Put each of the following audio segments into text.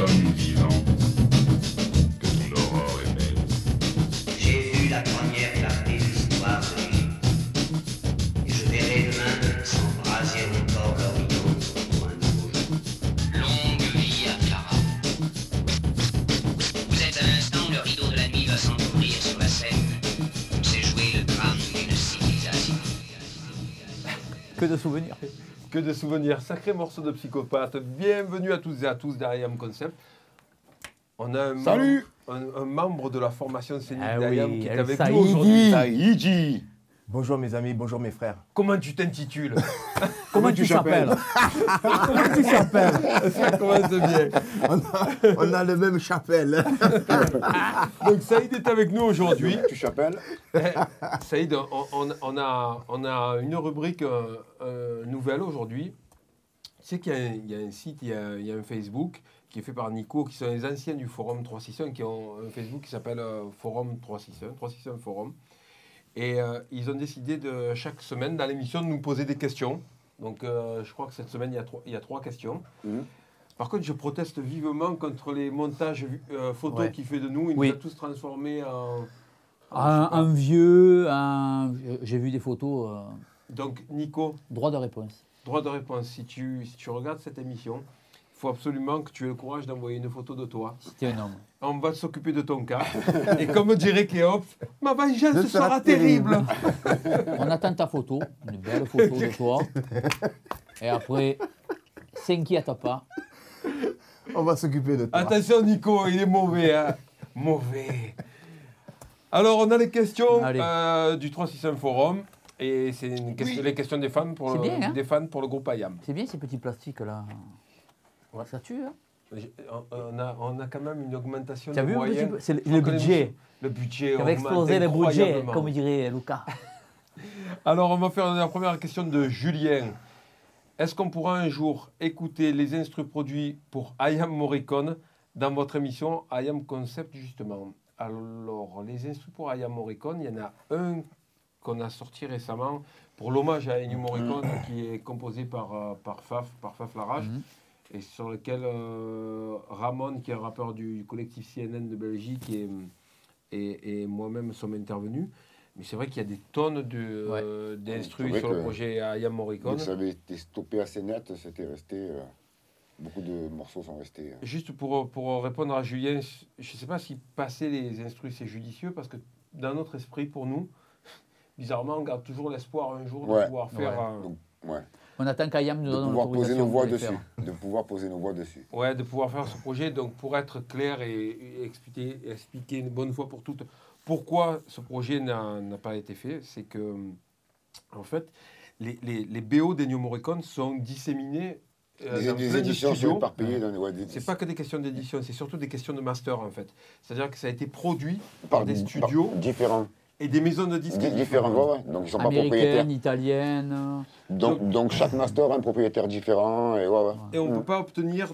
l'homme vivant que ton aurore est belle. J'ai vu la première partie de l'histoire de l'Égypte. Et je verrai demain s'embraser encore l'Orient pour un nouveau jour. Longue vie à Clara. Vous êtes à l'instant où le rideau de la nuit va s'entrouvrir sur la scène. C'est jouer le drame d'une civilisation. Que de souvenirs. Que de souvenirs, sacré morceau de psychopathe. Bienvenue à toutes et à tous derrière IAM Concept. On a un membre de la formation scénique d'IAM qui est avec nous aujourd'hui. Saïdi. Bonjour mes amis, bonjour mes frères. Comment tu t'intitules? Comment tu t'appelles? Comment tu t'appelles? Ça commence bien. On a le même chapelle. Donc Saïd est avec nous aujourd'hui. Tu chapelles? Saïd, on a une rubrique nouvelle aujourd'hui. Tu sais qu'il y a un site, il y a un Facebook qui est fait par Nico, qui sont les anciens du Forum 361, qui ont un Facebook qui s'appelle Forum 361, 361 Forum. Et ils ont décidé de chaque semaine dans l'émission de nous poser des questions. Donc je crois que cette semaine, il y a 3 questions. Par contre, je proteste vivement contre les montages photos qu'il fait de nous. Il nous a tous transformés Un vieux, j'ai vu des photos. Donc Nico, Droit de réponse. droit de réponse. Si tu regardes cette émission, il faut absolument que tu aies le courage d'envoyer une photo de toi. Si t'es un homme. On va s'occuper de ton cas. Et comme dirait Cléopâtre, ma vengeance sera terrible. On attend ta photo, une belle photo de toi. Et après, s'inquiète pas. On va s'occuper de toi. Attention Nico, il est mauvais. Hein. Mauvais. Alors on a les questions du 361 Forum. Et c'est les questions des fans pour, des fans pour le groupe IAM. C'est bien ces petits plastiques là. Ouais. Ça tue, hein. On a quand même une augmentation de moyens. moyens. C'est le budget. Le budget. On va exploser le budget, comme dirait Lucas. Alors, on va faire la première question de Julien. Est-ce qu'on pourra un jour écouter les instrus produits pour IAM Morricone dans votre émission IAM Concept, justement? Alors, les instrus pour IAM Morricone, il y en a un qu'on a sorti récemment pour l'hommage à Ennio Morricone, qui est composé par Faf Larage. Et sur lequel Ramon, qui est un rappeur du collectif CNN de Belgique, et moi-même sommes intervenus. Mais c'est vrai qu'il y a des tonnes d'instrus sur le projet IAM Morricone. Ça avait été stoppé assez net, c'était resté... beaucoup de morceaux sont restés... Juste pour répondre à Julien, je ne sais pas si passer les instrus c'est judicieux, parce que dans notre esprit, pour nous, bizarrement, on garde toujours l'espoir un jour de pouvoir faire... On attend qu'IAM nous donne l'autorisation de pouvoir poser nos voix dessus. Ouais, de pouvoir faire ce projet. Donc, pour être clair et expliquer une bonne fois pour toutes pourquoi ce projet n'a pas été fait, c'est que, en fait, les BO d'Ennio Morricone sont disséminés dans les éditions sont éparpillées dans les C'est pas que des questions d'édition, c'est surtout des questions de master, en fait. C'est-à-dire que ça a été produit par des studios différents. Et des maisons de disques différentes, donc ils sont pas propriétaires. Américaines, italiennes. Donc chaque master a un propriétaire différent. Et on ne peut pas obtenir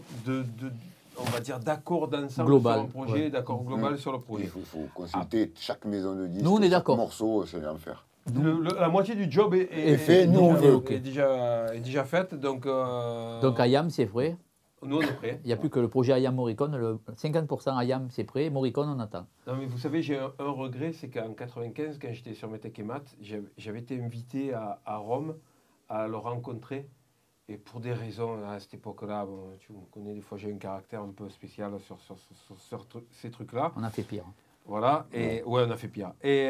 on va dire, d'accord d'ensemble global, sur un projet, d'accord global sur le projet. Il faut consulter chaque maison de disques. Nous, on est d'accord. Morceau, c'est l'enfer. La moitié du job est fait, est déjà faite. Donc IAM, c'est prêt. Nous, on est prêts. Il n'y a plus que le projet IAM Morricone. Le 50% IAM, c'est prêt. Morricone, on attend. Non, mais vous savez, j'ai un regret, c'est qu'en 95, quand j'étais sur Métèque et Maths, j'avais été invité à Rome à le rencontrer. Et pour des raisons, à cette époque-là, tu connais, des fois, j'ai un caractère un peu spécial sur ces trucs-là. On a fait pire. Voilà. Et on a fait pire. Et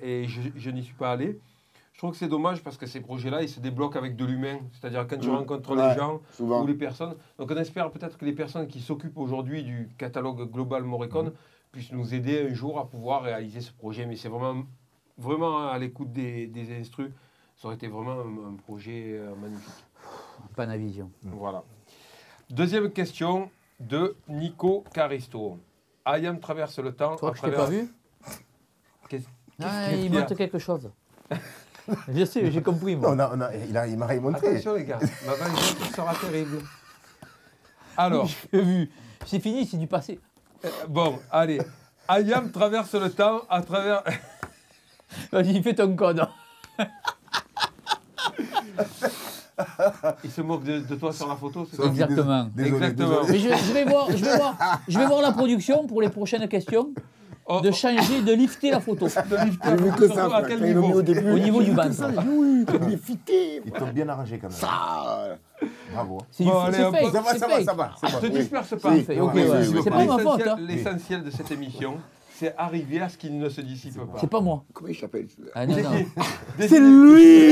je n'y suis pas allé. Je trouve que c'est dommage parce que ces projets-là, ils se débloquent avec de l'humain. C'est-à-dire quand tu rencontres les gens ou les personnes. Donc on espère peut-être que les personnes qui s'occupent aujourd'hui du catalogue global Morricone puissent nous aider un jour à pouvoir réaliser ce projet. Mais c'est vraiment à l'écoute des instrus. Ça aurait été vraiment un projet magnifique. Panavision. Voilà. Deuxième question de Nico Caristo. IAM traverse le temps. Toi, je t'ai pas vu. Il montre quelque chose. Je sais, j'ai compris, moi. Il m'a remonté. Attention, les gars, ma vengeance sera terrible. Alors, j'ai vu. C'est fini, c'est du passé. Bon, allez. IAM traverse le temps à travers... Vas-y, fais ton code. Il se moque de toi sur la photo, c'est ça? Exactement. Désolé, Exactement. désolé. Mais je vais voir la production pour les prochaines questions, Oh, de changer, de lifter la photo. de lifter J'ai vu que surtout ça, à frère. quel Quand il l'a mis niveau? au début. Au niveau du j'ai vu ban. que ça, j'ai dit oui, comme il est fité. Ils t'ont bien arrangé quand même. Ça. Bravo. C'est Bon, du allez, c'est hop, fake. Ça va, c'est ça va, fake. ça va. C'est Te bon. disperse pas. Oui. Fake, ok, Oui, ouais. oui, oui, C'est pas oui. ma faute. Hein. L'essentiel de cette émission, c'est arriver à ce qu'il ne se dissipe pas. C'est pas moi. Comment il s'appelle? Ah, non, non. C'est lui.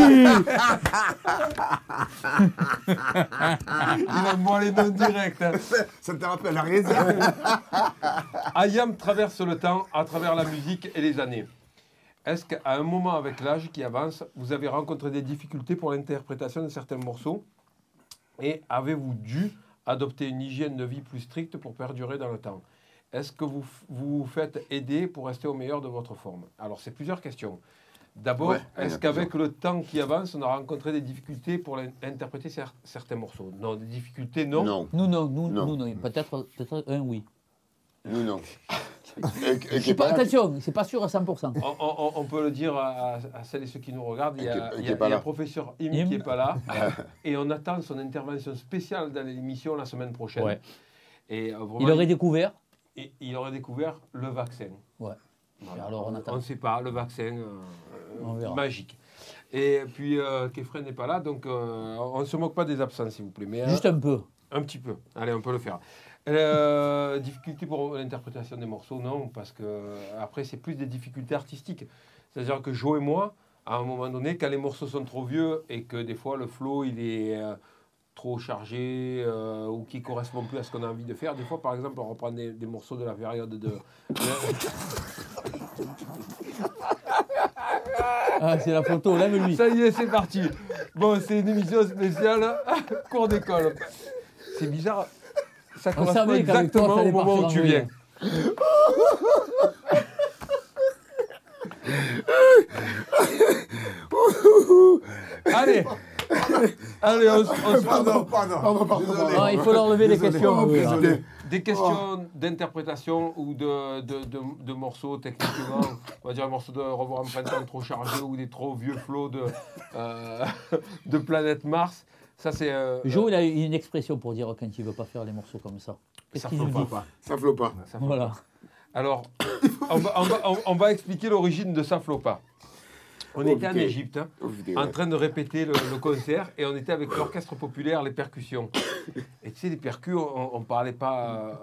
Il va me voir les noms directs. Hein. Ça te rappelle la réserve. Ayam traverse le temps à travers la musique et les années. Est-ce qu'à un moment avec l'âge qui avance, vous avez rencontré des difficultés pour l'interprétation de certains morceaux? Et avez-vous dû adopter une hygiène de vie plus stricte pour perdurer dans le temps? Est-ce que vous vous faites aider pour rester au meilleur de votre forme? Alors, c'est plusieurs questions. D'abord, Ouais, est-ce il y en a qu'avec le temps qui avance, on a rencontré des difficultés pour interpréter certains morceaux? Non, des difficultés, non. Non, Nous, non. Non. Peut-être un oui. nous non. Attention, c'est pas sûr à 100%. On peut le dire à celles et ceux qui nous regardent, il y a, Et qui il y a- est pas il y a là. professeur Im Im. qui n'est pas là, et on attend son intervention spéciale dans l'émission la semaine prochaine. Ouais. Et vraiment, Il aurait découvert. il aurait découvert le vaccin. Ouais. Voilà. Alors, on attend. ne sait pas, le vaccin On verra. magique. Et puis Kefren n'est pas là, donc on ne se moque pas des absents, s'il vous plaît. Mais, Juste un peu. un petit peu. Allez, on peut le faire. Difficulté pour l'interprétation des morceaux, non, parce que après c'est plus des difficultés artistiques. C'est-à-dire que Joe et moi, à un moment donné, quand les morceaux sont trop vieux et que des fois le flow il est trop chargé ou qui correspond plus à ce qu'on a envie de faire, des fois par exemple on reprend des morceaux de la période de Ah, c'est la photo, lève-lui. Ça y est, c'est parti. Bon, c'est une émission spéciale cours d'école. C'est bizarre. Ça On correspond savait qu'avec toi, exactement ça au allait moment où partir tu en viens. Allez, on se Pardon. Désolé. Ah, il faut leur lever les Désolé. questions. Oh, oui, désolé. hein. Des questions d'interprétation ou de morceaux techniquement, on va dire un morceau de Revoir un printemps trop chargé ou des trop vieux flots de Planète Mars. Ça, c'est. Joe, il a une expression pour dire quand il veut pas faire les morceaux comme ça. Qu'est-ce Ça qu'il flotte nous dit pas. Ça flotte pas. Ça flotte Voilà. pas. Alors, on va expliquer l'origine de Ça flotte pas. On Oh, était en putain. Égypte, hein, Oh, putain, en ouais. train de répéter le concert et on était avec l'orchestre populaire, les percussions. Et tu sais, les percus, on parlait pas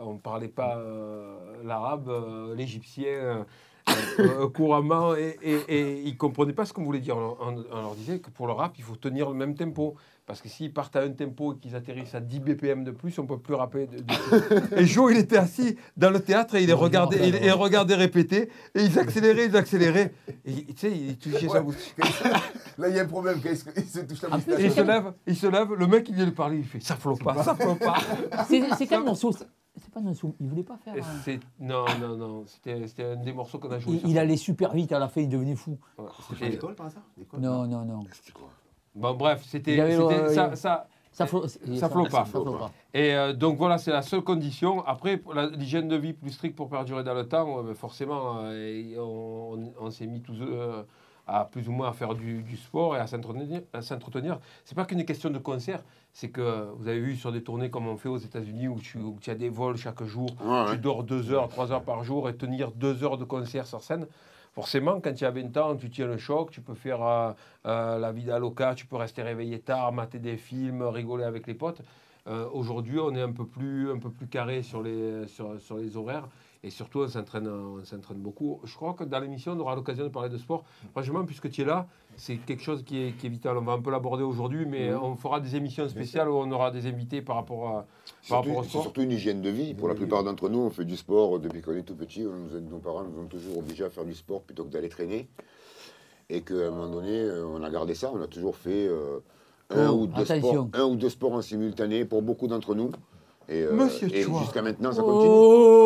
l'arabe, l'égyptien couramment et ils comprenaient pas ce qu'on voulait dire. On leur disait que pour le rap, il faut tenir le même tempo. Parce que s'ils partent à un tempo et qu'ils atterrissent à 10 BPM de plus, on ne peut plus rapper. Et Joe, il était assis dans le théâtre et il regardait répéter. Et ils accéléraient. Et tu sais, il touchait sa bouche. Là, il y a un problème. Il se touche la En moustache. Et il se lève, le mec, il vient lui parler, il fait ça flotte pas. C'est quel morceau? C'est pas un sou. Il voulait pas faire. Non. C'était un des morceaux qu'on a joué. Il allait super vite à la fin, il devenait fou. Ouais, C'est c'était- l'école par hasard L'école Non. C'était quoi? Bon, bref, c'était Il y avait ça. Ça flotte pas. Ça flotte pas. Et donc voilà, c'est la seule condition. Après, pour l'hygiène de vie plus stricte pour perdurer dans le temps, ouais, ben forcément, on s'est mis tous à plus ou moins à faire du sport et à s'entretenir. C'est pas qu'une question de concert, c'est que vous avez vu sur des tournées comme on fait aux États-Unis où tu as des vols chaque jour, Ouais, tu ouais. dors 2 heures, 3 heures par jour et tenir 2 heures de concert sur scène. Forcément, quand tu as 20 ans, tu tiens le choc, tu peux faire la vida loca, tu peux rester réveillé tard, mater des films, rigoler avec les potes. Aujourd'hui, on est un peu plus carré sur les horaires et surtout, on s'entraîne beaucoup. Je crois que dans l'émission, on aura l'occasion de parler de sport. Franchement, puisque tu es là, c'est quelque chose qui est vital. On va un peu l'aborder aujourd'hui, mais on fera des émissions spéciales où on aura des invités par rapport au C'est sport. surtout une hygiène de vie. Pour la plupart d'entre nous, on fait du sport depuis qu'on est tout petit. Nos parents nous ont toujours obligés à faire du sport plutôt que d'aller traîner. Et qu'à un moment donné, on a gardé ça. On a toujours fait un ou deux sports en simultané pour beaucoup d'entre nous. Et jusqu'à maintenant, ça continue.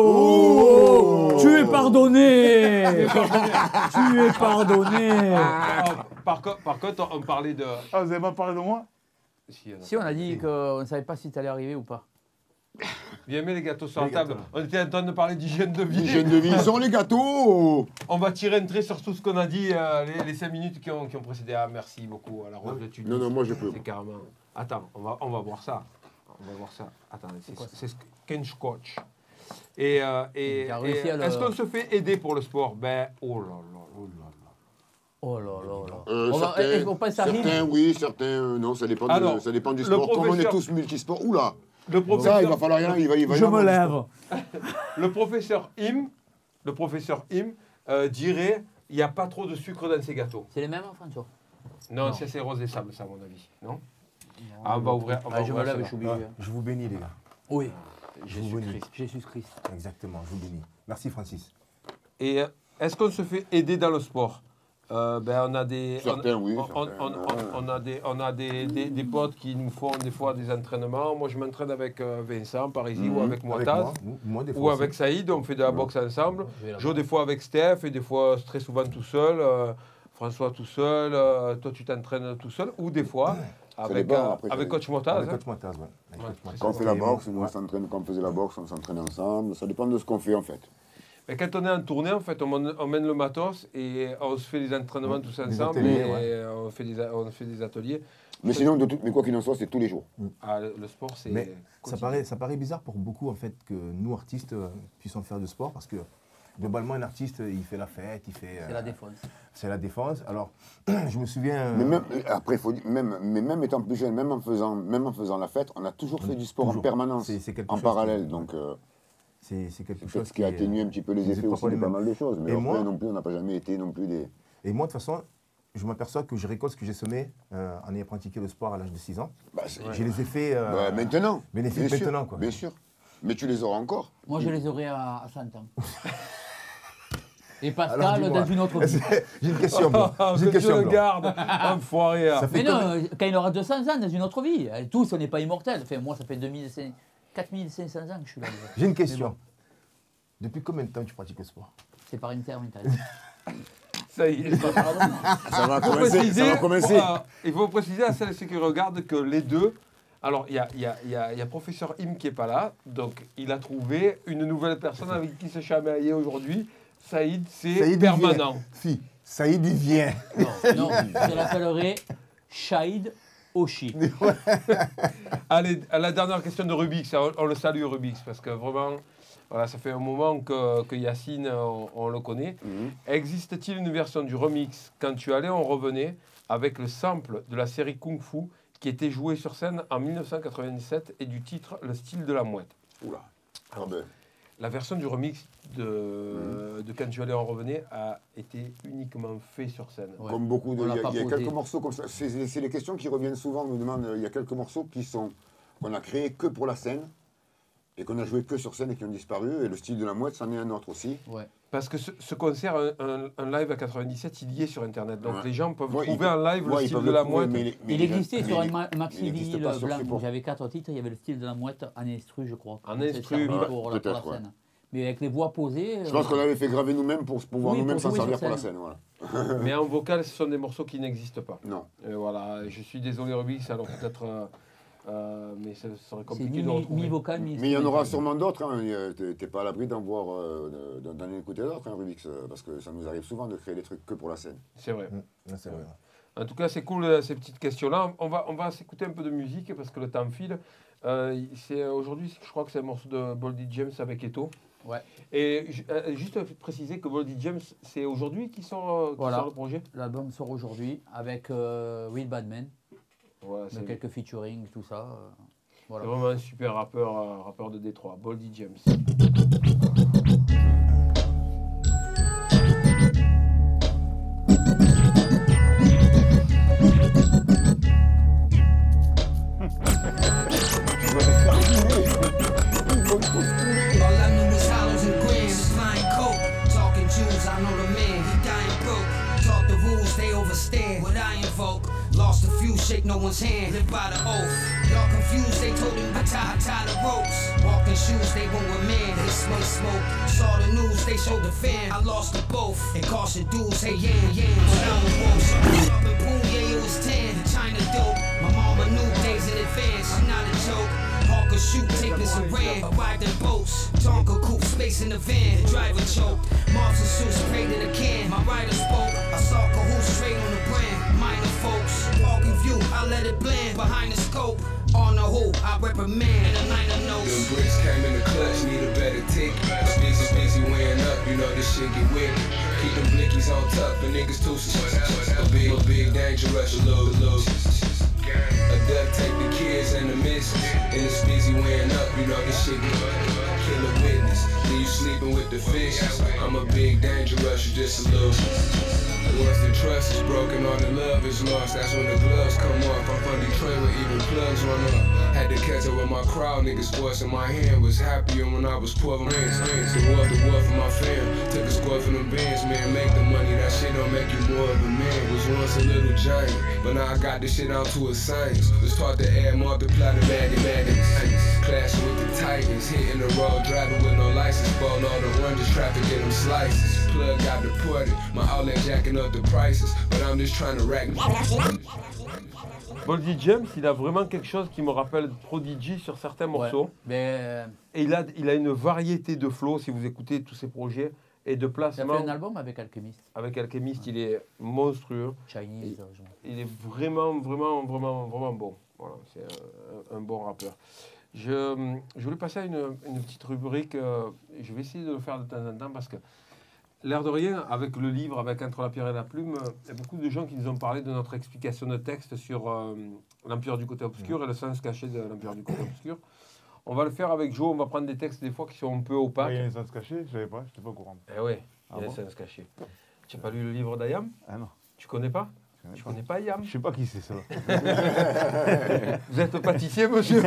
Oh, tu es pardonné. Tu es pardonné. Par contre, on parlait de... Ah, vous n'avez pas parlé de moi? Si on a dit qu'on ne savait pas si tu allais arriver ou pas. Viens, mets les gâteaux sur Les la table. gâteaux. On était en train de parler d'hygiène de vie. L'hygiène de vie, ils sont les gâteaux. On va tirer un trait sur tout ce qu'on a dit les 5 minutes qui ont précédé. Ah, merci beaucoup à la rose de Tunis. Non, moi je peux. C'est carrément. Attends, on va voir ça. On va voir ça. Attends, c'est Kench Coach. Et T'as réussi à le- est-ce qu'on se fait aider pour le sport? Ben, oh là là, oh là là. Oh là là là. Certains, On passe à Rime. certains, oui, certains, non, ça dépend, Alors, ça dépend du le sport. Comme on est professeur- tous multisports, oula, Le ça, professeur, il va falloir rien, il va y Je avoir me du lève. sport. le professeur Im dirait il n'y a pas trop de sucre dans ces gâteaux. C'est les mêmes, François? Non, ça c'est rose des sables, ça, à mon avis. Non? Ah, on va ouvrir. On va Je me ouvrir lève, je celle-là. suis obligé. Je vous bénis, les gars. Oui. Jésus-Christ. Jésus-Christ. Exactement, je vous bénis. Merci, Francis. Et est-ce qu'on se fait aider dans le sport? Ben, on a des. Certains, oui, on- certains, on a des potes qui nous font des fois des entraînements. Moi, je m'entraîne avec Vincent, par ici, ou avec Avec Moitaz, moi, des fois ou aussi. avec Saïd. On fait de la boxe ensemble. Je vais la Je joue des fois avec Steph et des fois très souvent tout seul. François tout seul. Toi, tu t'entraînes tout seul. Ou des fois avec, dépend, après, avec ça- Coach Moitaz. Avec hein. Coach Moitaz, ouais. Avec Ouais. Coach Moitaz. Quand on fait la Et boxe, nous, ouais. on s'entraîne, quand on faisait la boxe, on s'entraîne ensemble. Ça dépend de ce qu'on fait, en fait. Mais quand on est en tournée, en fait, on mène le matos et on se fait des entraînements tous Des ensemble ateliers, et ouais. on fait des ateliers. Mais sinon, mais quoi qu'il en soit, c'est tous les jours. Ah, le sport, c'est. Mais ça continu. paraît bizarre pour beaucoup, en fait, que nous, artistes, puissions faire du sport, parce que globalement, un artiste, il fait la fête, il fait... C'est la défense. C'est la défense. Alors, je me souviens... Mais même, après, faut dire, même étant plus jeune, même en faisant la fête, on a toujours fait du sport en Toujours. permanence, C'est quelque en chose parallèle. qui- Donc, c'est quelque c'est chose peut-être ce qui a atténué un petit peu les qui effets n'est aussi pas de les pas mêmes. mal de choses. Mais Et après, moi- non plus, on n'a pas jamais été non plus des... Et moi, de toute façon, je m'aperçois que je récolte ce que j'ai semé en ayant pratiqué le sport à l'âge de 6 ans. Bah, c'est- J'ai les effets maintenant. bénéfiques bien sûr, maintenant, quoi. Bien sûr. Mais tu les auras encore. Moi, je les aurai à 100 ans. Et Pascal, Alors, dis-moi. dans une autre vie. J'ai une question, blanc. J'ai Que une question, tu le blanc. gardes, enfoiré. hein. Ça fait Mais non, combien- quand il aura 200 ans, dans une autre vie. Tous, on n'est pas immortels. Enfin, moi, ça fait 4500 ans que je suis là. déjà. J'ai une question. Mais bon, Depuis combien de temps tu pratiques le sport? c'est par intermittent. Ça y est. Ça va Il faut commencer. préciser, Ça va commencer. voilà, il faut préciser à celles et ceux qui regardent que les deux. Alors, il y a professeur Im qui n'est pas là, donc il a trouvé une nouvelle personne avec qui se chamailler aujourd'hui. Saïd, c'est Saïd, permanent. il vient. Si, Saïd, il vient. Non, je l'appellerai Shahid Oshi. Allez, à la dernière question de Rubix, on le salue Rubix, parce que vraiment, voilà, ça fait un moment que Yacine, on le connaît. Mhm. Existe-t-il une version du remix Quand tu allais, on revenait, avec le sample de la série Kung Fu qui était joué sur scène en 1997 et du titre Le style de la mouette? Oula. Ah ben, La version du remix de Quand tu allais, on revenait a été uniquement fait sur scène. Ouais. Comme beaucoup de. On l'a Il y a pas posé. quelques morceaux comme ça. C'est les questions qui reviennent souvent. On nous demande. Il y a quelques morceaux qu'on a créés que pour la scène et qu'on a joué que sur scène et qui ont disparu. Et le style de la mouette, c'en est un autre aussi. Ouais. Parce que ce concert, un live à 97, il y est sur Internet. Donc Ouais. les gens peuvent Ouais, trouver ils en live Ouais, le ils style peuvent de le la trouver, mouette. mais Il les- existait mais sur il- un maxi il n'existe vinyle pas sur blanc. support. J'avais 4 titres. Il y avait le style de la mouette en instru, je crois. En C'est instru, servi ouais, pour la peut-être, ouais. scène. Mais avec les voix posées. Je pense qu'on avait fait graver nous-mêmes pour pouvoir Oui, nous-mêmes pour s'en jouer servir sur pour la scène. scène. Voilà. Mais en vocal, ce sont des morceaux qui n'existent pas. Non. Et voilà, je suis désolé Rubix, alors peut-être, mais ça serait C'est compliqué de retrouver. mi-vocal, mi Mais il y en aura sûrement d'autres. Hein. T'es pas à l'abri d'en voir, d'en écouter d'autres, hein, Rubix, parce que ça nous arrive souvent de créer des trucs que pour la scène. C'est vrai. Ouais, c'est vrai. En tout cas, c'est cool ces petites questions-là. On va s'écouter un peu de musique parce que le temps file. Aujourd'hui, je crois que c'est un morceau de Boldy James avec Eto. Ouais. Et juste préciser que Boldy James, c'est aujourd'hui qui sort Voilà. le projet. L'album sort aujourd'hui avec Will Badman, Voilà, c'est quelques featuring, tout ça. Voilà. c'est vraiment un super rappeur de Détroit, Boldy James. All I knew was hollows and grams, flying coke. Talking Jews, I know the man, he dying broke. Talk the rules, they overstand what I invoke. Lost a few, shake no one's hand, live by the oath. Y'all confused, they told him to tie the ropes. Walking shoes, they went with man, they smoke. Saw the news, they showed the fan, I lost the both. And caution dudes, hey yeah, but I don't want some. Up in pool, yeah, it was 10, China dope. My mama knew days in advance, I'm not a joke. Hawker and shoot, tapeless and ran. Arrived in boats, Tonka coupe, space in the van. Driver choke, mobs and suits sprayed in a can. My rider spoke, I saw Cahoots straight on the brand. Minor folks, parking view, I let it blend. Behind the scope, on the who, I reprimand. And a niner Them notes. bricks came in the clutch, need a better tick. Busy weighing up, you know this shit get wet. Keep them blickies on top, the niggas too a big dangerous, a little. A duck take the kids and the missus. And it's busy weighing up, you know this shit get killer witness. Then you sleeping with the fishes. I'm a big dangerous, you just a little. Once the trust is broken, all the love is lost. That's when the gloves come off. I'm from Detroit where even plugs run up. Had to catch up with my crowd, niggas voice in my hand. Was happier when I was poor. Rings. The war for my fam. Took a score for them bands, man. Make the money, that shit don't make you more of a man. Was once a little giant, but now I got this shit out to a science. Was taught to add, multiply the magnets. Clashing with the Titans, hitting the road, driving with no license. Ball all the oranges, traffic get them slices. Plug got deported, my outlet jacking up the prices, but I'm just trying to rack. Boldy James, il a vraiment quelque chose qui me rappelle Prodigy sur certains morceaux. Mais Et il a une variété de flows, si vous écoutez tous ses projets, et de il a placements. fait un album avec Alchemist, Avec Alchemist, il est monstrueux. Chinese. Il est vraiment bon. Voilà, c'est un bon rappeur. Je voulais passer à une petite rubrique. Je vais essayer de le faire de temps en temps parce que, l'air de rien, avec le livre, avec Entre la pierre et la plume, il y a beaucoup de gens qui nous ont parlé de notre explication de texte sur l'Empire du côté obscur et le sens caché de l'Empire du côté obscur. On va le faire avec Joe, on va prendre des textes des fois qui sont un peu opaques. Il y a un sens caché, je savais pas, j'étais pas au courant. Eh oui, il y a bon un sens caché. Tu n'as pas lu le livre d'Ayam? Ah non. Tu connais pas? Tu connais pas Ayam? Je sais pas qui c'est ça. Vous êtes pâtissier, monsieur?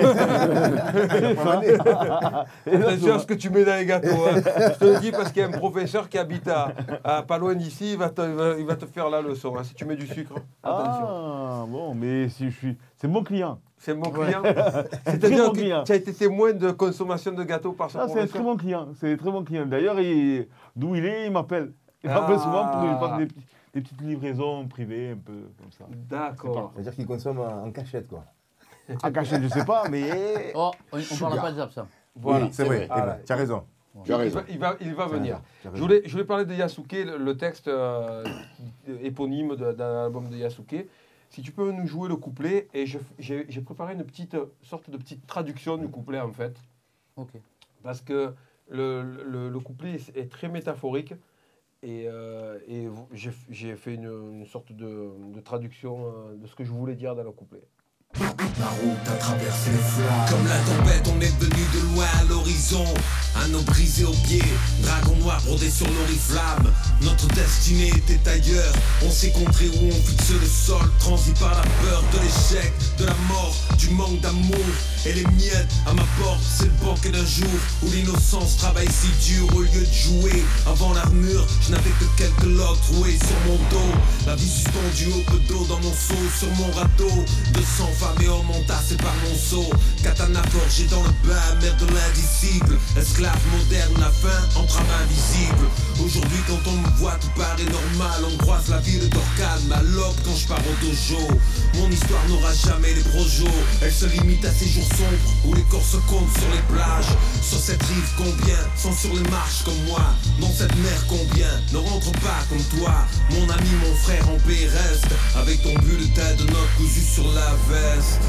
Attention à ce que tu mets dans les gâteaux. Hein. Je te le dis parce qu'il y a un professeur qui habite à pas loin d'ici, il va te faire la leçon. Hein, si tu mets du sucre, attention. Ah bon, mais si je suis... C'est mon client. C'est mon client. Très C'est-à-dire bon que client. tu as été témoin de consommation de gâteaux par ce Ah, c'est un professeur? très bon client. C'est un très bon client. D'ailleurs, d'où il est, il m'appelle. Il m'appelle souvent pour que je fasse des petites livraisons privées, un peu comme ça. D'accord. C'est-à-dire qu'il consomme en cachette, quoi. En cachette, je sais pas, mais... Oh, on ne parle pas des absents. Voilà. Oui, c'est vrai. Ah, Eva, tu as raison. Tu as raison. Il va venir. Tu as Je raison. voulais parler de Yasuke, le texte éponyme d'un album de Yasuke. Si tu peux nous jouer le couplet, et j'ai préparé une petite sorte de petite traduction du couplet en fait, Ok. parce que le couplet est très métaphorique, et j'ai fait une sorte de traduction de ce que je voulais dire dans le couplet. La route a traversé les flammes. Comme la tempête, on est venu de loin à l'horizon. Anneau brisé aux pieds, dragon noir brodé sur l'oriflamme. Notre destinée était ailleurs. On s'est contré où on fixe le sol. Transi par la peur de l'échec, de la mort, du manque d'amour. Et les miettes à ma porte, c'est le banquet d'un jour où l'innocence travaille si dur au lieu de jouer. Avant l'armure, je n'avais que quelques logs troués sur mon dos. La vie suspendue au peu d'eau dans mon seau, sur mon râteau. 200 femmes et hommes entassés par mon seau. Katana forgé dans le bain, mère de l'indicible. Esclave moderne, la faim, entrave invisible. Aujourd'hui quand on me voit tout paraît normal. On croise la ville d'Orcane, ma lobe quand je pars au dojo. Mon histoire n'aura jamais les projos. Elle se limite à ces jours sombres où les corps se comptent sur les plages. Sur cette rive combien sont sur les marches comme moi. Dans cette mer combien ne rentre pas comme toi. Mon ami, mon frère en paix reste. Avec ton bulletin de notes cousu sur la veste.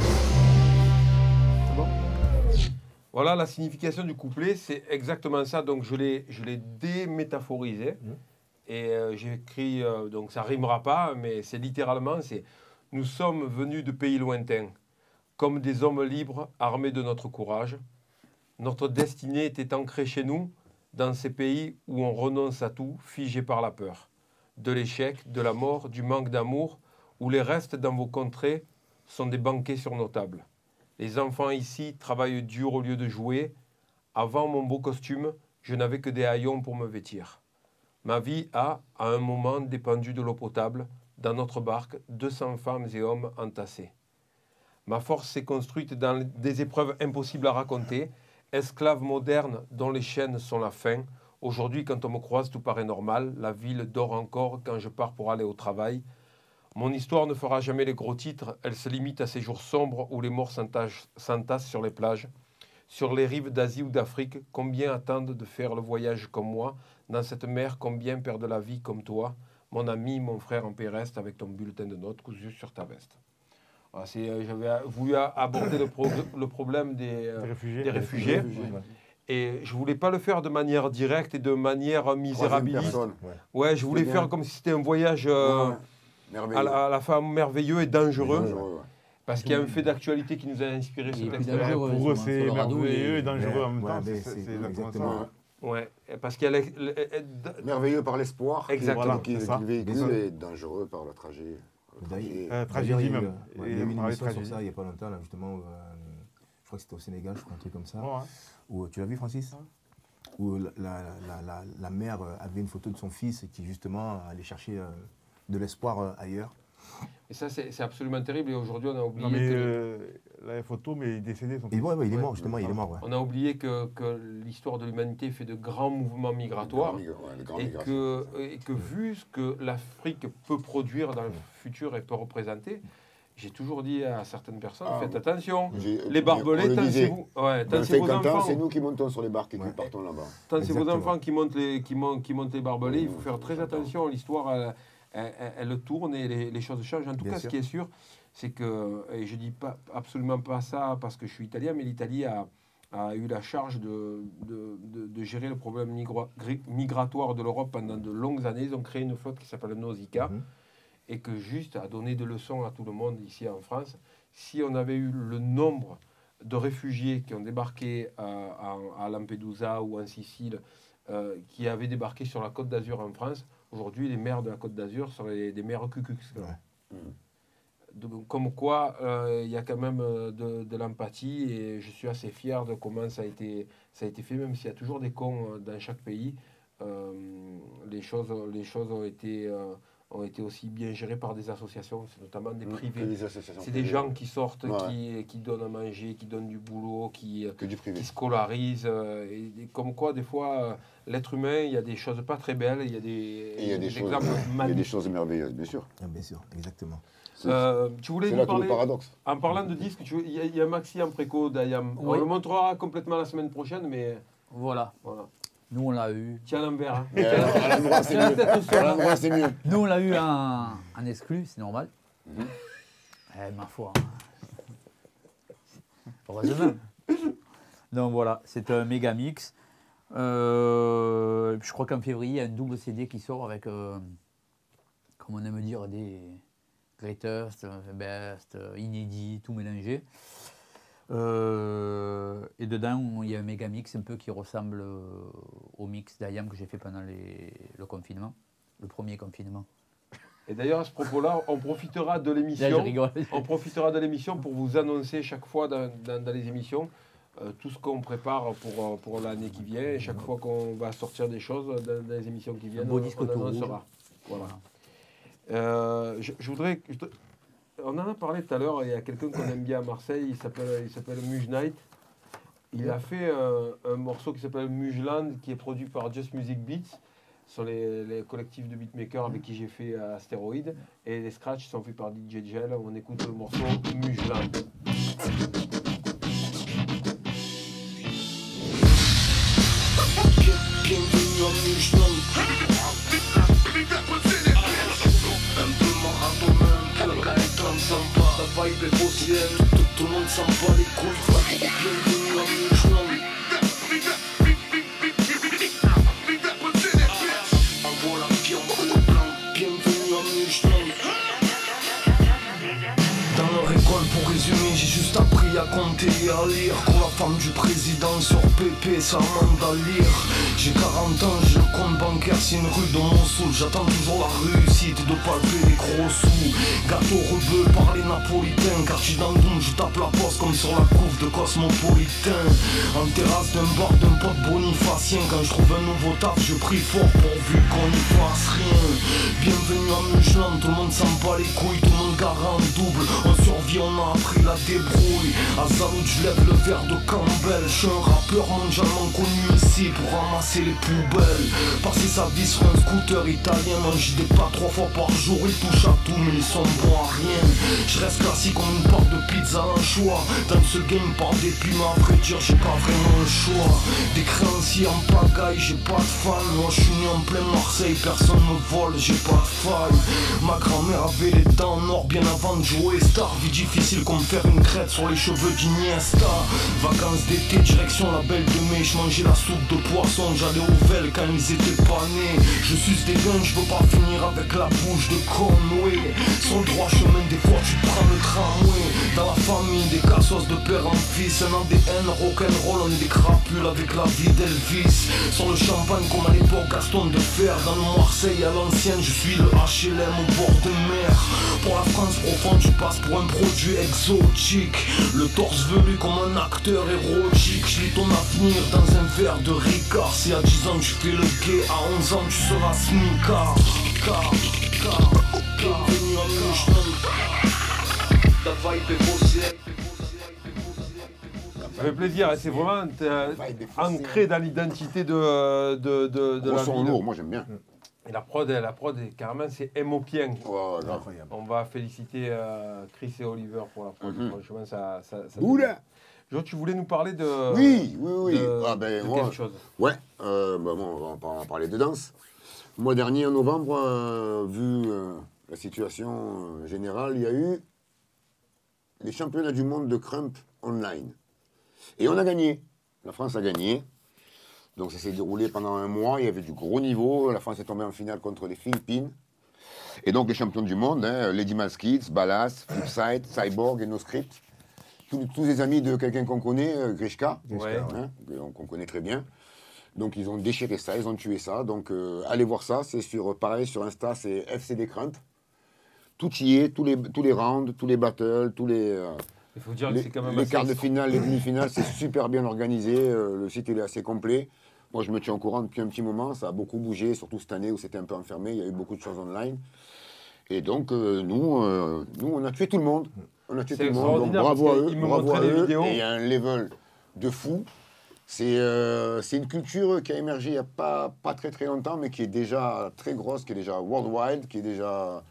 Voilà la signification du couplet, c'est exactement ça. Donc je l'ai démétaphorisé et j'ai écrit, donc ça rimera pas, mais c'est littéralement, c'est « Nous sommes venus de pays lointains, comme des hommes libres armés de notre courage. Notre destinée était ancrée chez nous, dans ces pays où on renonce à tout, figé par la peur. De l'échec, de la mort, du manque d'amour, où les restes dans vos contrées sont des banquets sur nos tables. Les enfants ici travaillent dur au lieu de jouer. Avant mon beau costume, je n'avais que des haillons pour me vêtir. Ma vie a, à un moment, dépendu de l'eau potable. Dans notre barque, 200 femmes et hommes entassés. Ma force s'est construite dans des épreuves impossibles à raconter. Esclave moderne dont les chaînes sont la faim. Aujourd'hui, quand on me croise, tout paraît normal. La ville dort encore quand je pars pour aller au travail. Mon histoire ne fera jamais les gros titres, elle se limite à ces jours sombres où les morts s'entassent sur les plages. Sur les rives d'Asie ou d'Afrique, combien attendent de faire le voyage comme moi? Dans cette mer, combien perdent la vie comme toi? Mon ami, mon frère en paix reste avec ton bulletin de notes cousu sur ta veste. Voilà, j'avais voulu aborder le problème des réfugiés. Et je ne voulais pas le faire de manière directe et de manière misérabiliste. Ouais, je voulais faire comme si c'était un voyage à la fois merveilleux et dangereux. Parce qu'il y a un fait d'actualité qui nous a inspiré ce texte. Pour eux, c'est merveilleux et dangereux en même temps. C'est exactement ça. Ouais, parce qu'il y a merveilleux par l'espoir qui véhicule et dangereux par la tragédie. Tragédie même. Il y a eu une émission sur ça il n'y a pas longtemps, là, justement, je crois que c'était au Sénégal, je crois, un truc comme ça. Où, tu l'as vu, Francis? Où la mère avait une photo de son fils qui, justement, allait chercher de l'espoir ailleurs. Et ça, c'est absolument terrible. Et aujourd'hui, on a oublié la photo, mais il est décédé. Il est mort, justement, il est mort. Ouais. On a oublié que l'histoire de l'humanité fait de grands mouvements migratoires. Et que vu ce que l'Afrique peut produire dans le futur et peut représenter, j'ai toujours dit à certaines personnes, faites attention, les barbelés, tant c'est vos enfants. C'est nous qui montons sur les barques et qui partons là-bas. Tant c'est vos enfants qui montent les barbelés, il faut faire très attention. L'histoire, elle tourne et les choses changent. En tout cas, ce qui est sûr, c'est que, et je ne dis absolument pas ça parce que je suis italien, mais l'Italie a eu la charge de gérer le problème migratoire de l'Europe pendant de longues années. Ils ont créé une flotte qui s'appelle Nausicaa et que juste a donné des leçons à tout le monde ici en France. Si on avait eu le nombre de réfugiés qui ont débarqué à Lampedusa ou en Sicile, qui avaient débarqué sur la Côte d'Azur en France, aujourd'hui, les maires de la Côte d'Azur sont des maires cucux. Comme quoi, il y a quand même de l'empathie et je suis assez fier de comment ça a été fait, même s'il y a toujours des cons dans chaque pays. Les choses ont été aussi bien gérées par des associations, c'est notamment des privés. C'est des gens qui sortent, qui donnent à manger, qui donnent du boulot, qui scolarisent. Et comme quoi, des fois, l'être humain, il y a des choses pas très belles, il y a des exemples magnifiques. Il y a des choses merveilleuses, bien sûr. Bien sûr, exactement. Tu voulais nous parler, en parlant de disques, il y a un maxi en préco d'Ayam. On le montrera complètement la semaine prochaine, mais... Voilà. Nous, on l'a eu. Tiens l'envers. Hein. À l'endroit, c'est mieux. Nous, on l'a eu en exclu, c'est normal. Ma foi. Heureusement. Donc voilà, c'est un méga mix. Je crois qu'en février, il y a un double CD qui sort avec, comme on aime dire, des greatest, best, inédits, tout mélangé. Et dedans, il y a un méga mix un peu qui ressemble au mix d'Ayam que j'ai fait pendant le confinement, le premier confinement. Et d'ailleurs, à ce propos-là, on profitera de l'émission. On profitera de l'émission pour vous annoncer chaque fois dans les émissions tout ce qu'on prépare pour l'année qui vient. Et chaque fois qu'on va sortir des choses dans les émissions qui viennent, on annoncera. Voilà. Je voudrais... On en a parlé tout à l'heure, il y a quelqu'un qu'on aime bien à Marseille, il s'appelle Mujnight. Il a fait un morceau qui s'appelle Mujland, qui est produit par Just Music Beats, sur les collectifs de beatmakers avec qui j'ai fait Astéroïde. Et les scratchs sont faits par DJ Gel. On écoute le morceau Mujland. Bienvenue à Mujland. Un peu marathonien, un peu Gaëtan Samba. La vibe est bosnienne, tout le monde s'en bat les couilles. Bienvenue à Mujland. Envoie la vie en code blanc. Bienvenue à Mujland. Dans leur école, pour résumer, j'ai juste appris à compter et à lire. Quand la femme du président sur PP, ça demande à lire. J'ai 40 ans, j'ai le compte bancaire, c'est une rue de Mossoul. J'attends toujours la réussite de palper les gros sous. Gâteau rebeu par les napolitains. Quartier dans le Doom, je tape la poste comme sur la couve de Cosmopolitain. En terrasse d'un bar d'un pote bonifacien. Quand je trouve un nouveau taf, je prie fort pourvu qu'on n'y fasse rien. Bienvenue à Mujland, tout le monde s'en bat les couilles, tout le monde garant en double. On survit, on a appris la débrouille. À Zaloud, je lève le verre de camp. belle. Je suis un rappeur mondialement connu ici pour ramasser les poubelles. Passer sa vie sur un scooter italien, manger des pas 3 fois par jour. Il touche à tout mais ils sont bons à rien. Je reste classique comme une part de pizza à un choix. Dans ce game par dépit, mais à vrai dire j'ai pas vraiment le choix. Des créanciers en pagaille, j'ai pas de fan. Moi je suis né en plein Marseille, personne me vole, j'ai pas de faille. Ma grand-mère avait les dents en or bien avant de jouer star. Vie difficile comme faire une crête sur les cheveux d'Iniesta. Vacances d'été, direction la Belle de Mai. Je mangeais la soupe de poisson, j'allais au Vel quand ils étaient pas nés. Je suce des guns, je veux pas finir avec la bouche de Conway. Sur le droit chemin, des fois tu prends le tramway. Dans la famille, des cassos de père en fils. Un ADN rock'n'roll, on est des crapules avec la vie d'Elvis. Sur le champagne comme à l'époque Gaston de Fer. Dans le Marseille à l'ancienne, je suis le HLM au bord de mer. Pour la France profonde, tu passes pour un produit exotique. Le torse velu comme un acteur érotique. Je lis ton avenir dans un verre de Ricard. Si à 10 ans tu fais le gay, à 11 ans tu seras smicard. Bienvenue à München. Ta vibe est bossée. Ça fait plaisir, hein, c'est vraiment ancré dans l'identité de la Gros son ville. lourd, moi j'aime bien. Et la prod, carrément, c'est Emopien. Ouais, grave. On va féliciter Chris et Oliver pour la prod. Franchement, ça Oula. Jo, tu voulais nous parler de... Oui. de Moi, quelque chose. ouais, bon, on va parler de danse. Le mois dernier, en novembre, vu la situation générale, il y a eu les championnats du monde de crump online. Et on a gagné. La France a gagné. Donc ça s'est déroulé pendant un mois, il y avait du gros niveau. La France est tombée en finale contre les Philippines. Et donc les champions du monde, Lady Malskids, Ballas, Flipside, Cyborg et No Script. Tous les amis de quelqu'un qu'on connaît, Grishka, qu'on connaît très bien. Donc ils ont déchiré ça, ils ont tué ça. Donc allez voir ça, c'est pareil sur Insta, c'est FCD Crump. Tout y est, tous les rounds, tous les battles, tous les... Il faut dire que c'est quand même les assez quarts de finale, les demi-finales, c'est super bien organisé. Le site il est assez complet. Moi, je me tiens au courant depuis un petit moment. Ça a beaucoup bougé, surtout cette année où c'était un peu enfermé. Il y a eu beaucoup de choses online. Et donc, nous, on a tué tout le monde. On a tué tout le monde. Donc, bravo à eux. Bravo à eux. Et il y a un level de fou. C'est une culture qui a émergé il n'y a pas très très longtemps, mais qui est déjà très grosse, qui est déjà worldwide, qui est déjà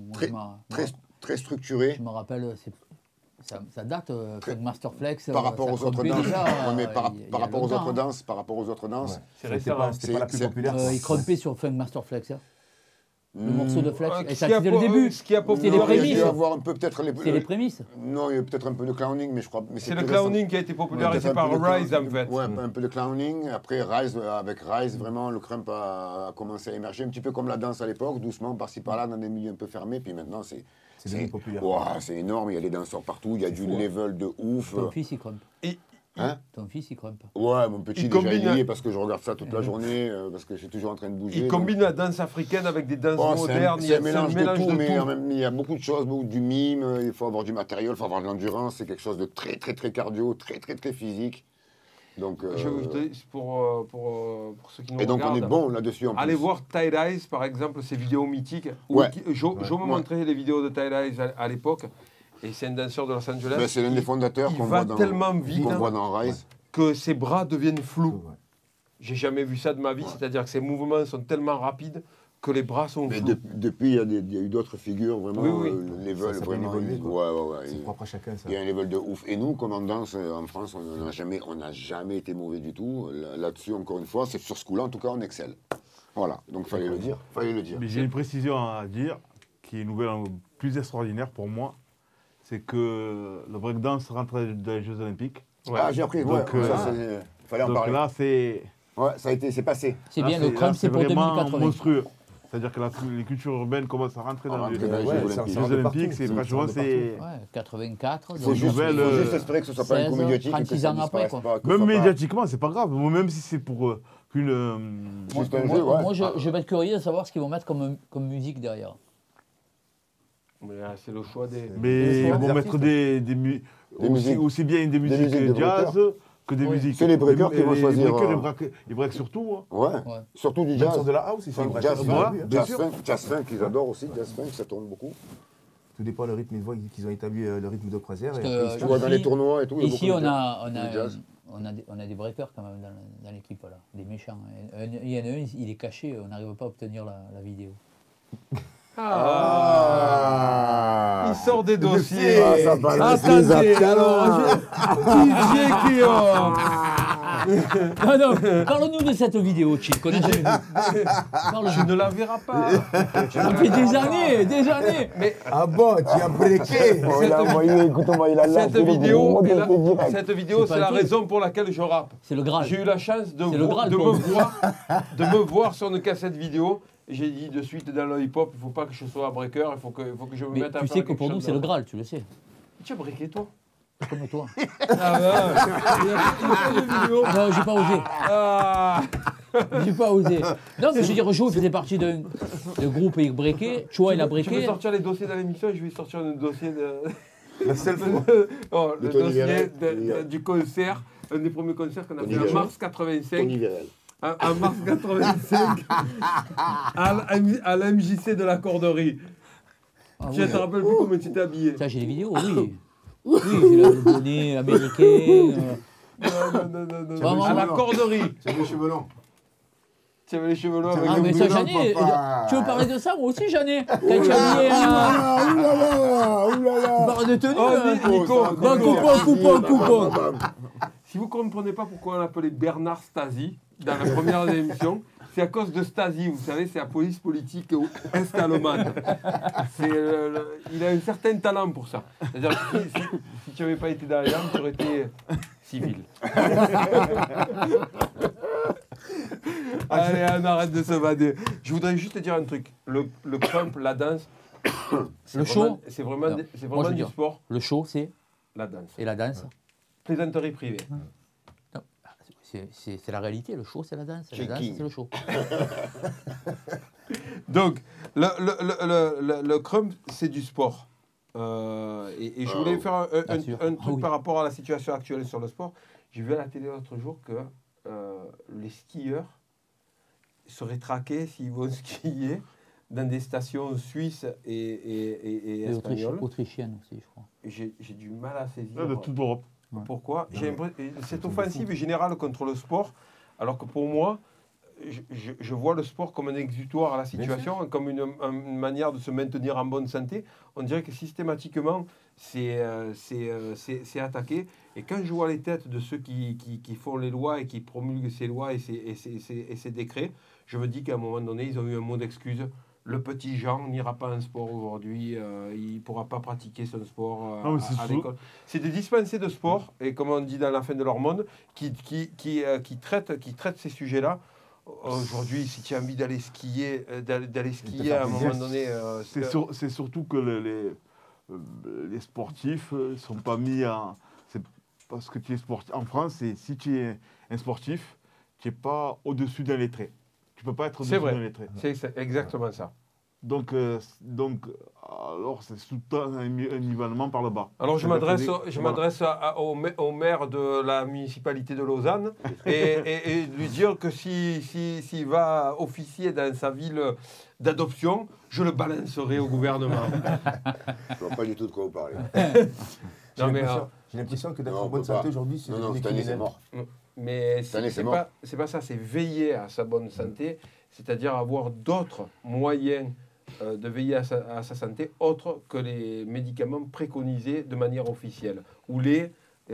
très structurée. Je me rappelle, ça date, Master Flex. Par rapport aux autres danses. Par rapport aux autres danses. Par rapport aux autres danses. C'est récent. C'était pas la plus populaire. Il crumpait sur Funk Master Flex. Le morceau de Flex. Et ça, ce qui c'était le début. Ce qui a C'était les prémices. Il y a dû avoir un peu peut-être C'est les prémices. Non, il y a peut-être un peu de clowning, mais je crois. C'est le clowning qui a été popularisé par Rise en fait. Ouais, un peu de clowning. Après Rise, avec Rise, vraiment, le crump a commencé à émerger, un petit peu comme la danse à l'époque, doucement, par-ci par-là, dans des milieux un peu fermés. Puis maintenant, c'est devenu populaire. Wow, c'est énorme, il y a des danseurs partout, il y a du level de ouf. Ton fils, il crump. Hein? Ton fils, il crump. Ouais, mon petit, déjà il y est parce que je regarde ça toute la journée, parce que je suis toujours en train de bouger. Il combine la danse africaine avec des danses modernes. C'est un mélange de tout, mais il y a beaucoup de choses, du mime, il faut avoir du matériel, il faut avoir de l'endurance, c'est quelque chose de très très très cardio, très très très physique. Donc, pour ceux qui nous regardent. Et donc on est bon là-dessus en plus. Allez voir Tide Eyes par exemple, ces vidéos mythiques. Je me montrais les vidéos de Tide Eyes à l'époque. Et c'est un danseur de Los Angeles. C'est l'un des fondateurs qu'on voit dans Rise. Que ses bras deviennent flous. J'ai jamais vu ça de ma vie, c'est-à-dire que ses mouvements sont tellement rapides que les bras sont flous. Depuis, il y a eu d'autres figures, vraiment, le level, vraiment. C'est propre à chacun, ça. Il y a un level de ouf. Et nous, comme en danse en France, on n'a jamais été mauvais du tout. Là-dessus, encore une fois, c'est sur ce coup-là, en tout cas, on excelle. Voilà, donc fallait le dire. Mais j'ai une précision à dire, qui est une nouvelle plus extraordinaire pour moi. C'est que le breakdance rentre dans les Jeux Olympiques. Ouais. Ah, j'ai appris, donc, fallait en parler. Donc là, c'est... Ouais, c'est passé. C'est bien, le crump, c'est pour 2080. Monstrueux. C'est-à-dire que les cultures urbaines commencent à rentrer dans les Jeux Olympiques. C'est franchement, c'est... Ouais, 84. Il faut juste espérer que ce ne soit pas un coup médiatique. 36 ans après, quoi. Même médiatiquement, c'est pas grave. Même si c'est pour qu'une... Moi, je vais être curieux de savoir ce qu'ils vont mettre comme musique derrière. Mais c'est le choix des... Mais ils vont mettre des musiques, aussi bien des musiques jazz que des musiques. C'est les breakers qui vont choisir. Ils breakent surtout. Ouais, surtout du jazz. Sur de la house, ils font Jazz funk, ils adorent aussi. Jazz funk, ça tourne beaucoup. Tout dépend du rythme qu'ils ont établi, le rythme de croisière. Tu vois dans les tournois et tout. Ici, on on a des breakers quand même dans l'équipe, là, des méchants. Il y en a un, il est caché, on n'arrive pas à obtenir la vidéo. Il sort des dossiers. Attendez, alors, DJ Cléon. Non, parle-nous de cette vidéo, Chill, qu'on a jamais vue. Tu ne la verras pas. Ça fait des années. Mais Ah bon, tu as breaké. cette vidéo, C'est c'est pas la le truc. raison pour laquelle je rappe. C'est le Graal. J'ai eu la chance de C'est le Graal, me pour voir sur une cassette vidéo. J'ai dit de suite dans le hip-hop, il ne faut pas que je sois un breaker, il faut que je me Mais mette à tu faire sais que quelque pour nous, chose c'est le de- Graal, tu le sais. Tu as breaké, toi? Comme toi. Ah ouais. Il y a pas de vidéo. Non, j'ai pas osé. Ah. J'ai pas osé. Non, mais je veux dire, Joe faisait partie d'un groupe breaké. Chua, il a Je vais breaké. sortir les dossiers dans l'émission et je vais sortir le dossier de... La seule fois. Oh, le Tony dossier Vérel. du concert, un des premiers concerts qu'on a Tony fait en Vérel. mars 85. Tony Vérel. En mars 85, à l'MJC de la Corderie. Ah, Tu oui. te rappelles plus comment tu t'es habillé? Ça, j'ai des vidéos, oui. Oui, j'ai le bonnet américain. Non. Vraiment. À la Corderie. C'est les cheveux longs. Tu avais les cheveux longs avec Ah, le mais ça, boulot. j'en ai. papa. Tu veux parler de ça, moi aussi, j'en ai. Quand tu as mis Oulala. barre de tenue. Oh, Nico, Coupon. Si vous ne comprenez pas pourquoi on l'appelait Bernard Stasi dans la première émission, c'est à cause de Stasi, vous savez, c'est la police politique est-allemande. Il a un certain talent pour ça. C'est-à-dire que si tu n'avais pas été dans la lame, tu aurais été civil. Allez, on arrête de se vader. Je voudrais juste te dire un truc. Le crump, la danse, Le show, c'est vraiment, Non. c'est Moi, je vraiment veux du dire- sport, le show, c'est. la danse. Et la danse. Plaisanterie privée. Non, c'est la réalité. Le show, c'est la danse. La danse, Checking. c'est le show. Donc, le crump, c'est du sport. Et je voulais faire Bien sûr. un truc Ah oui. par rapport à la situation actuelle sur le sport. J'ai vu à la télé l'autre jour que les skieurs seraient traqués s'ils vont skier dans des stations suisses et Et espagnoles. autrichienne aussi, je crois. J'ai du mal à saisir. De toute l'Europe. Pourquoi? Cette offensive générale contre le sport, alors que pour moi, je vois le sport comme un exutoire à la situation, comme une manière de se maintenir en bonne santé. On dirait que systématiquement, c'est attaqué. Et quand je vois les têtes de ceux qui font les lois et qui promulguent ces lois et ces décrets, je me dis qu'à un moment donné, ils ont eu un mot d'excuse. Le petit Jean n'ira pas en sport aujourd'hui, il ne pourra pas pratiquer son sport Non, mais c'est à sûr. l'école. C'est des dispensés de sport, et comme on dit dans la fin de l'hormone, qui traitent ces sujets-là. Aujourd'hui, si tu as envie d'aller skier, à un moment donné... C'est surtout que les sportifs ne sont pas mis à... c'est parce que tu es sportif. En France, si tu es un sportif, tu n'es pas au-dessus d'un lettré. Tu ne peux pas être C'est au-dessus vrai. d'un lettré. C'est exactement ça. Donc, alors c'est tout le temps un nivellement par le bas. Alors je C'est-à-dire m'adresse au maire de la municipalité de Lausanne et lui dire que s'il va officier dans sa ville d'adoption, je le balancerai au gouvernement. Je vois pas du tout de quoi vous parlez. Non, mais, J'ai l'impression que d'être Non, en on bonne peut pas. santé aujourd'hui, c'est Non, des cette année, c'est criminels. mort. mais Cette année, c'est c'est mort. pas ça, c'est veiller à sa bonne santé, c'est-à-dire avoir d'autres moyens de veiller à sa santé autres que les médicaments préconisés de manière officielle ou le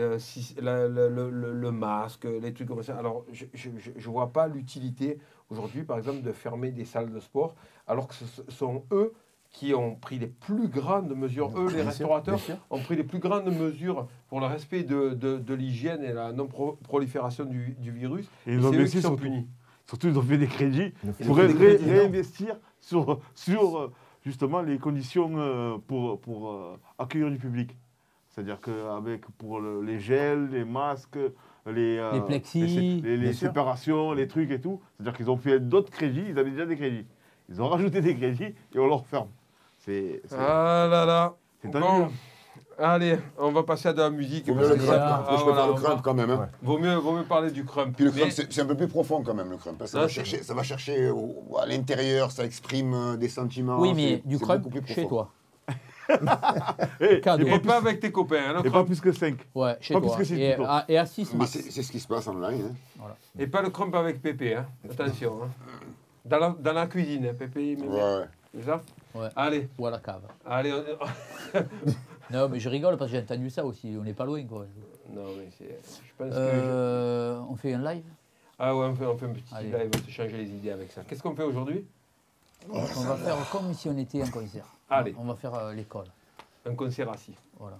masque, les trucs comme ça. Alors, je ne vois pas l'utilité aujourd'hui, par exemple, de fermer des salles de sport, alors que ce sont eux qui ont pris les plus grandes mesures, eux, les restaurateurs, ont pris les plus grandes mesures pour le respect de l'hygiène et la non-prolifération du virus. Et Et ils ont c'est eux investi qui sont surtout. punis. Surtout, ils ont fait des crédits Ils pour ont fait des crédits, non. réinvestir sur justement les conditions pour accueillir du public. C'est-à-dire qu'avec pour les gels, les masques, les plexis, les bien sûr. séparations, les trucs et tout. C'est-à-dire qu'ils ont fait d'autres crédits, ils avaient déjà des crédits. Ils ont rajouté des crédits et on leur ferme. Ah là là. C'est Bon, tendu, hein. Allez, on va passer à de la musique. Vaut mieux parce le que crump, ça- hein. Moi, je préfère le crump quand même. Hein. Ouais. Vaut mieux parler du crump. Puis le crump, Mais- c'est un peu plus profond quand même, le crump. Parce que Ah, ça va chercher à l'intérieur, ça exprime des sentiments. Oui, mais c'est du beaucoup crump plus chez profond. toi. Cadeau. Et pas avec tes copains. Hein, Et pas plus que 5. Ouais, chez Pas toi. plus que c'est Et tout. et à 6, Mais c'est ce qui se passe en ligne. Hein. Et pas le crump avec Pépé. Hein. Attention. Hein. Dans la cuisine, hein, Pépé. Il met bien. Ouais. C'est ça? Ouais. Allez. Ou à la cave. Allez. Non, mais je rigole parce que j'ai entendu ça aussi. On n'est pas loin, quoi. Non, mais je pense que... On fait un live. Ah ouais, on fait un petit Allez. live, on va se changer les idées avec ça. Qu'est-ce qu'on fait aujourd'hui? On va faire comme si on était en concert. Allez. On va faire l'école. Un concert assis. Voilà.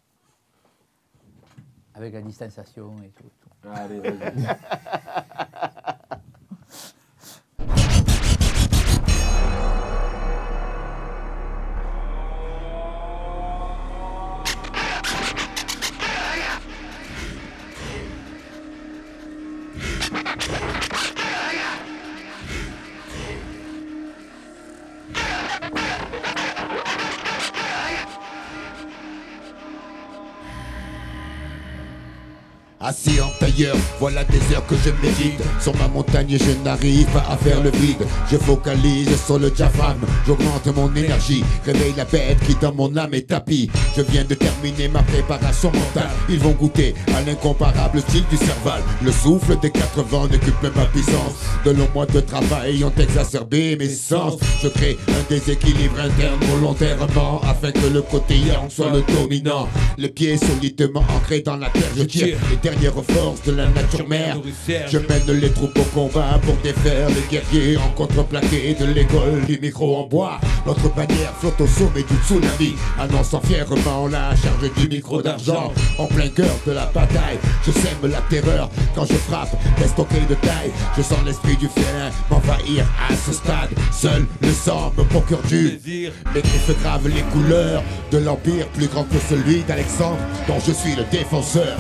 Avec la distanciation et tout. Allez, vas-y. Assis en tailleur, voilà des heures que je médite. Sur ma montagne, je n'arrive pas à faire le vide. Je focalise sur le diaphragme, j'augmente mon énergie. Réveille la bête qui dans mon âme est tapis. Je viens de terminer ma préparation mentale. Ils vont goûter à l'incomparable style du Serval. Le souffle des 4 vents n'occupe ma puissance. De longs mois de travail ont exacerbé mes sens. Je crée un déséquilibre interne volontairement afin que le côté yang soit le dominant. Les pieds solidement ancrés dans la terre, je tire les dernières forces de la nature mère. Je mène les troupes au combat pour défaire les guerriers en contreplaqué de l'école du micro en bois. Notre bannière flotte au sommet du tsunami, annonçant fièrement la charge du micro d'argent. En plein cœur de la bataille, je sème la terreur quand je frappe, déstocké de taille. Je sens l'esprit du félin m'envahir à ce stade. Seul le sang me procure du mes griffes gravent les couleurs de l'empire plus grand que celui d'Alexandre dont je suis le défenseur.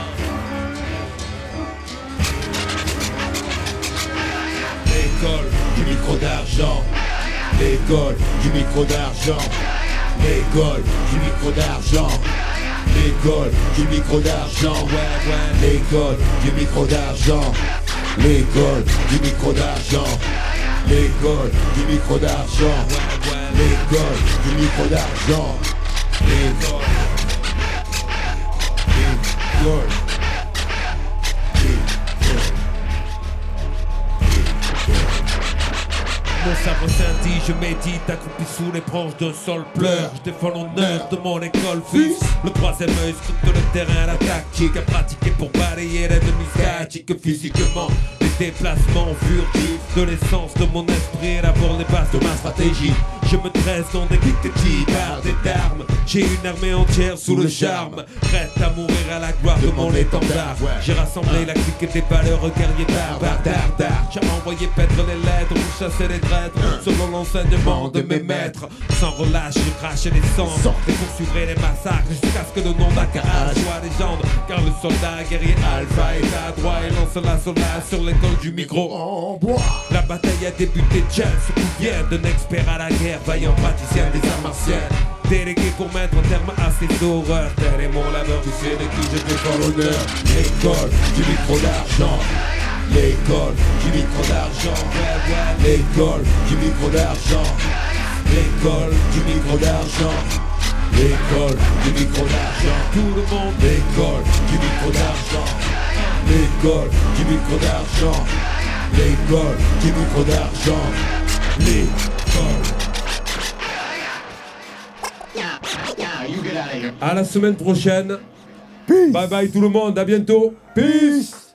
L'école du micro d'argent. L'école du micro d'argent. L'école du micro d'argent. L'école du micro d'argent. L'école du micro d'argent. L'école du micro d'argent. L'école du micro d'argent. L'école du micro d'argent. L'école. Mon sabre scintille, je médite, accroupi sous les branches d'un sol pleure. Je défends l'honneur de mon école, fils. Le troisième œil scrute le terrain, la tactique à pratiquer pour balayer l'ennemi statique physiquement. Les déplacements furtifs de l'essence de mon esprit élabore les bases de ma stratégie. Je me dresse dans des cliquetis, bardés d'armes. J'ai une armée entière sous le charme, prête à mourir à la gloire de mon étendard. J'ai rassemblé la clique des valeurs guerriers barbares. J'ai envoyé paître les lettres pour chasser les traîtres, selon l'enseignement de mes maîtres. Sans relâche, je crache les cendres et poursuivrai les massacres jusqu'à ce que le nom d'Akara soit légende. Car le soldat guerrier alpha est à droite et lance la soldat sur l'école du micro en bois. La bataille a débuté, James se souvient d'un expert à la guerre, vaillant praticien des arts martiales. Délégué pour mettre un terme à ces horreurs. Tel est mon labeur, tu sais de qui je défends l'honneur. L'école du micro d'argent. L'école du micro d'argent. L'école du micro d'argent. L'école du micro d'argent. L'école du micro d'argent. Tout le monde. L'école du micro d'argent. L'école du micro d'argent. L'école du micro d'argent. L'école. À la semaine prochaine. Peace. Bye bye tout le monde, à bientôt. Peace.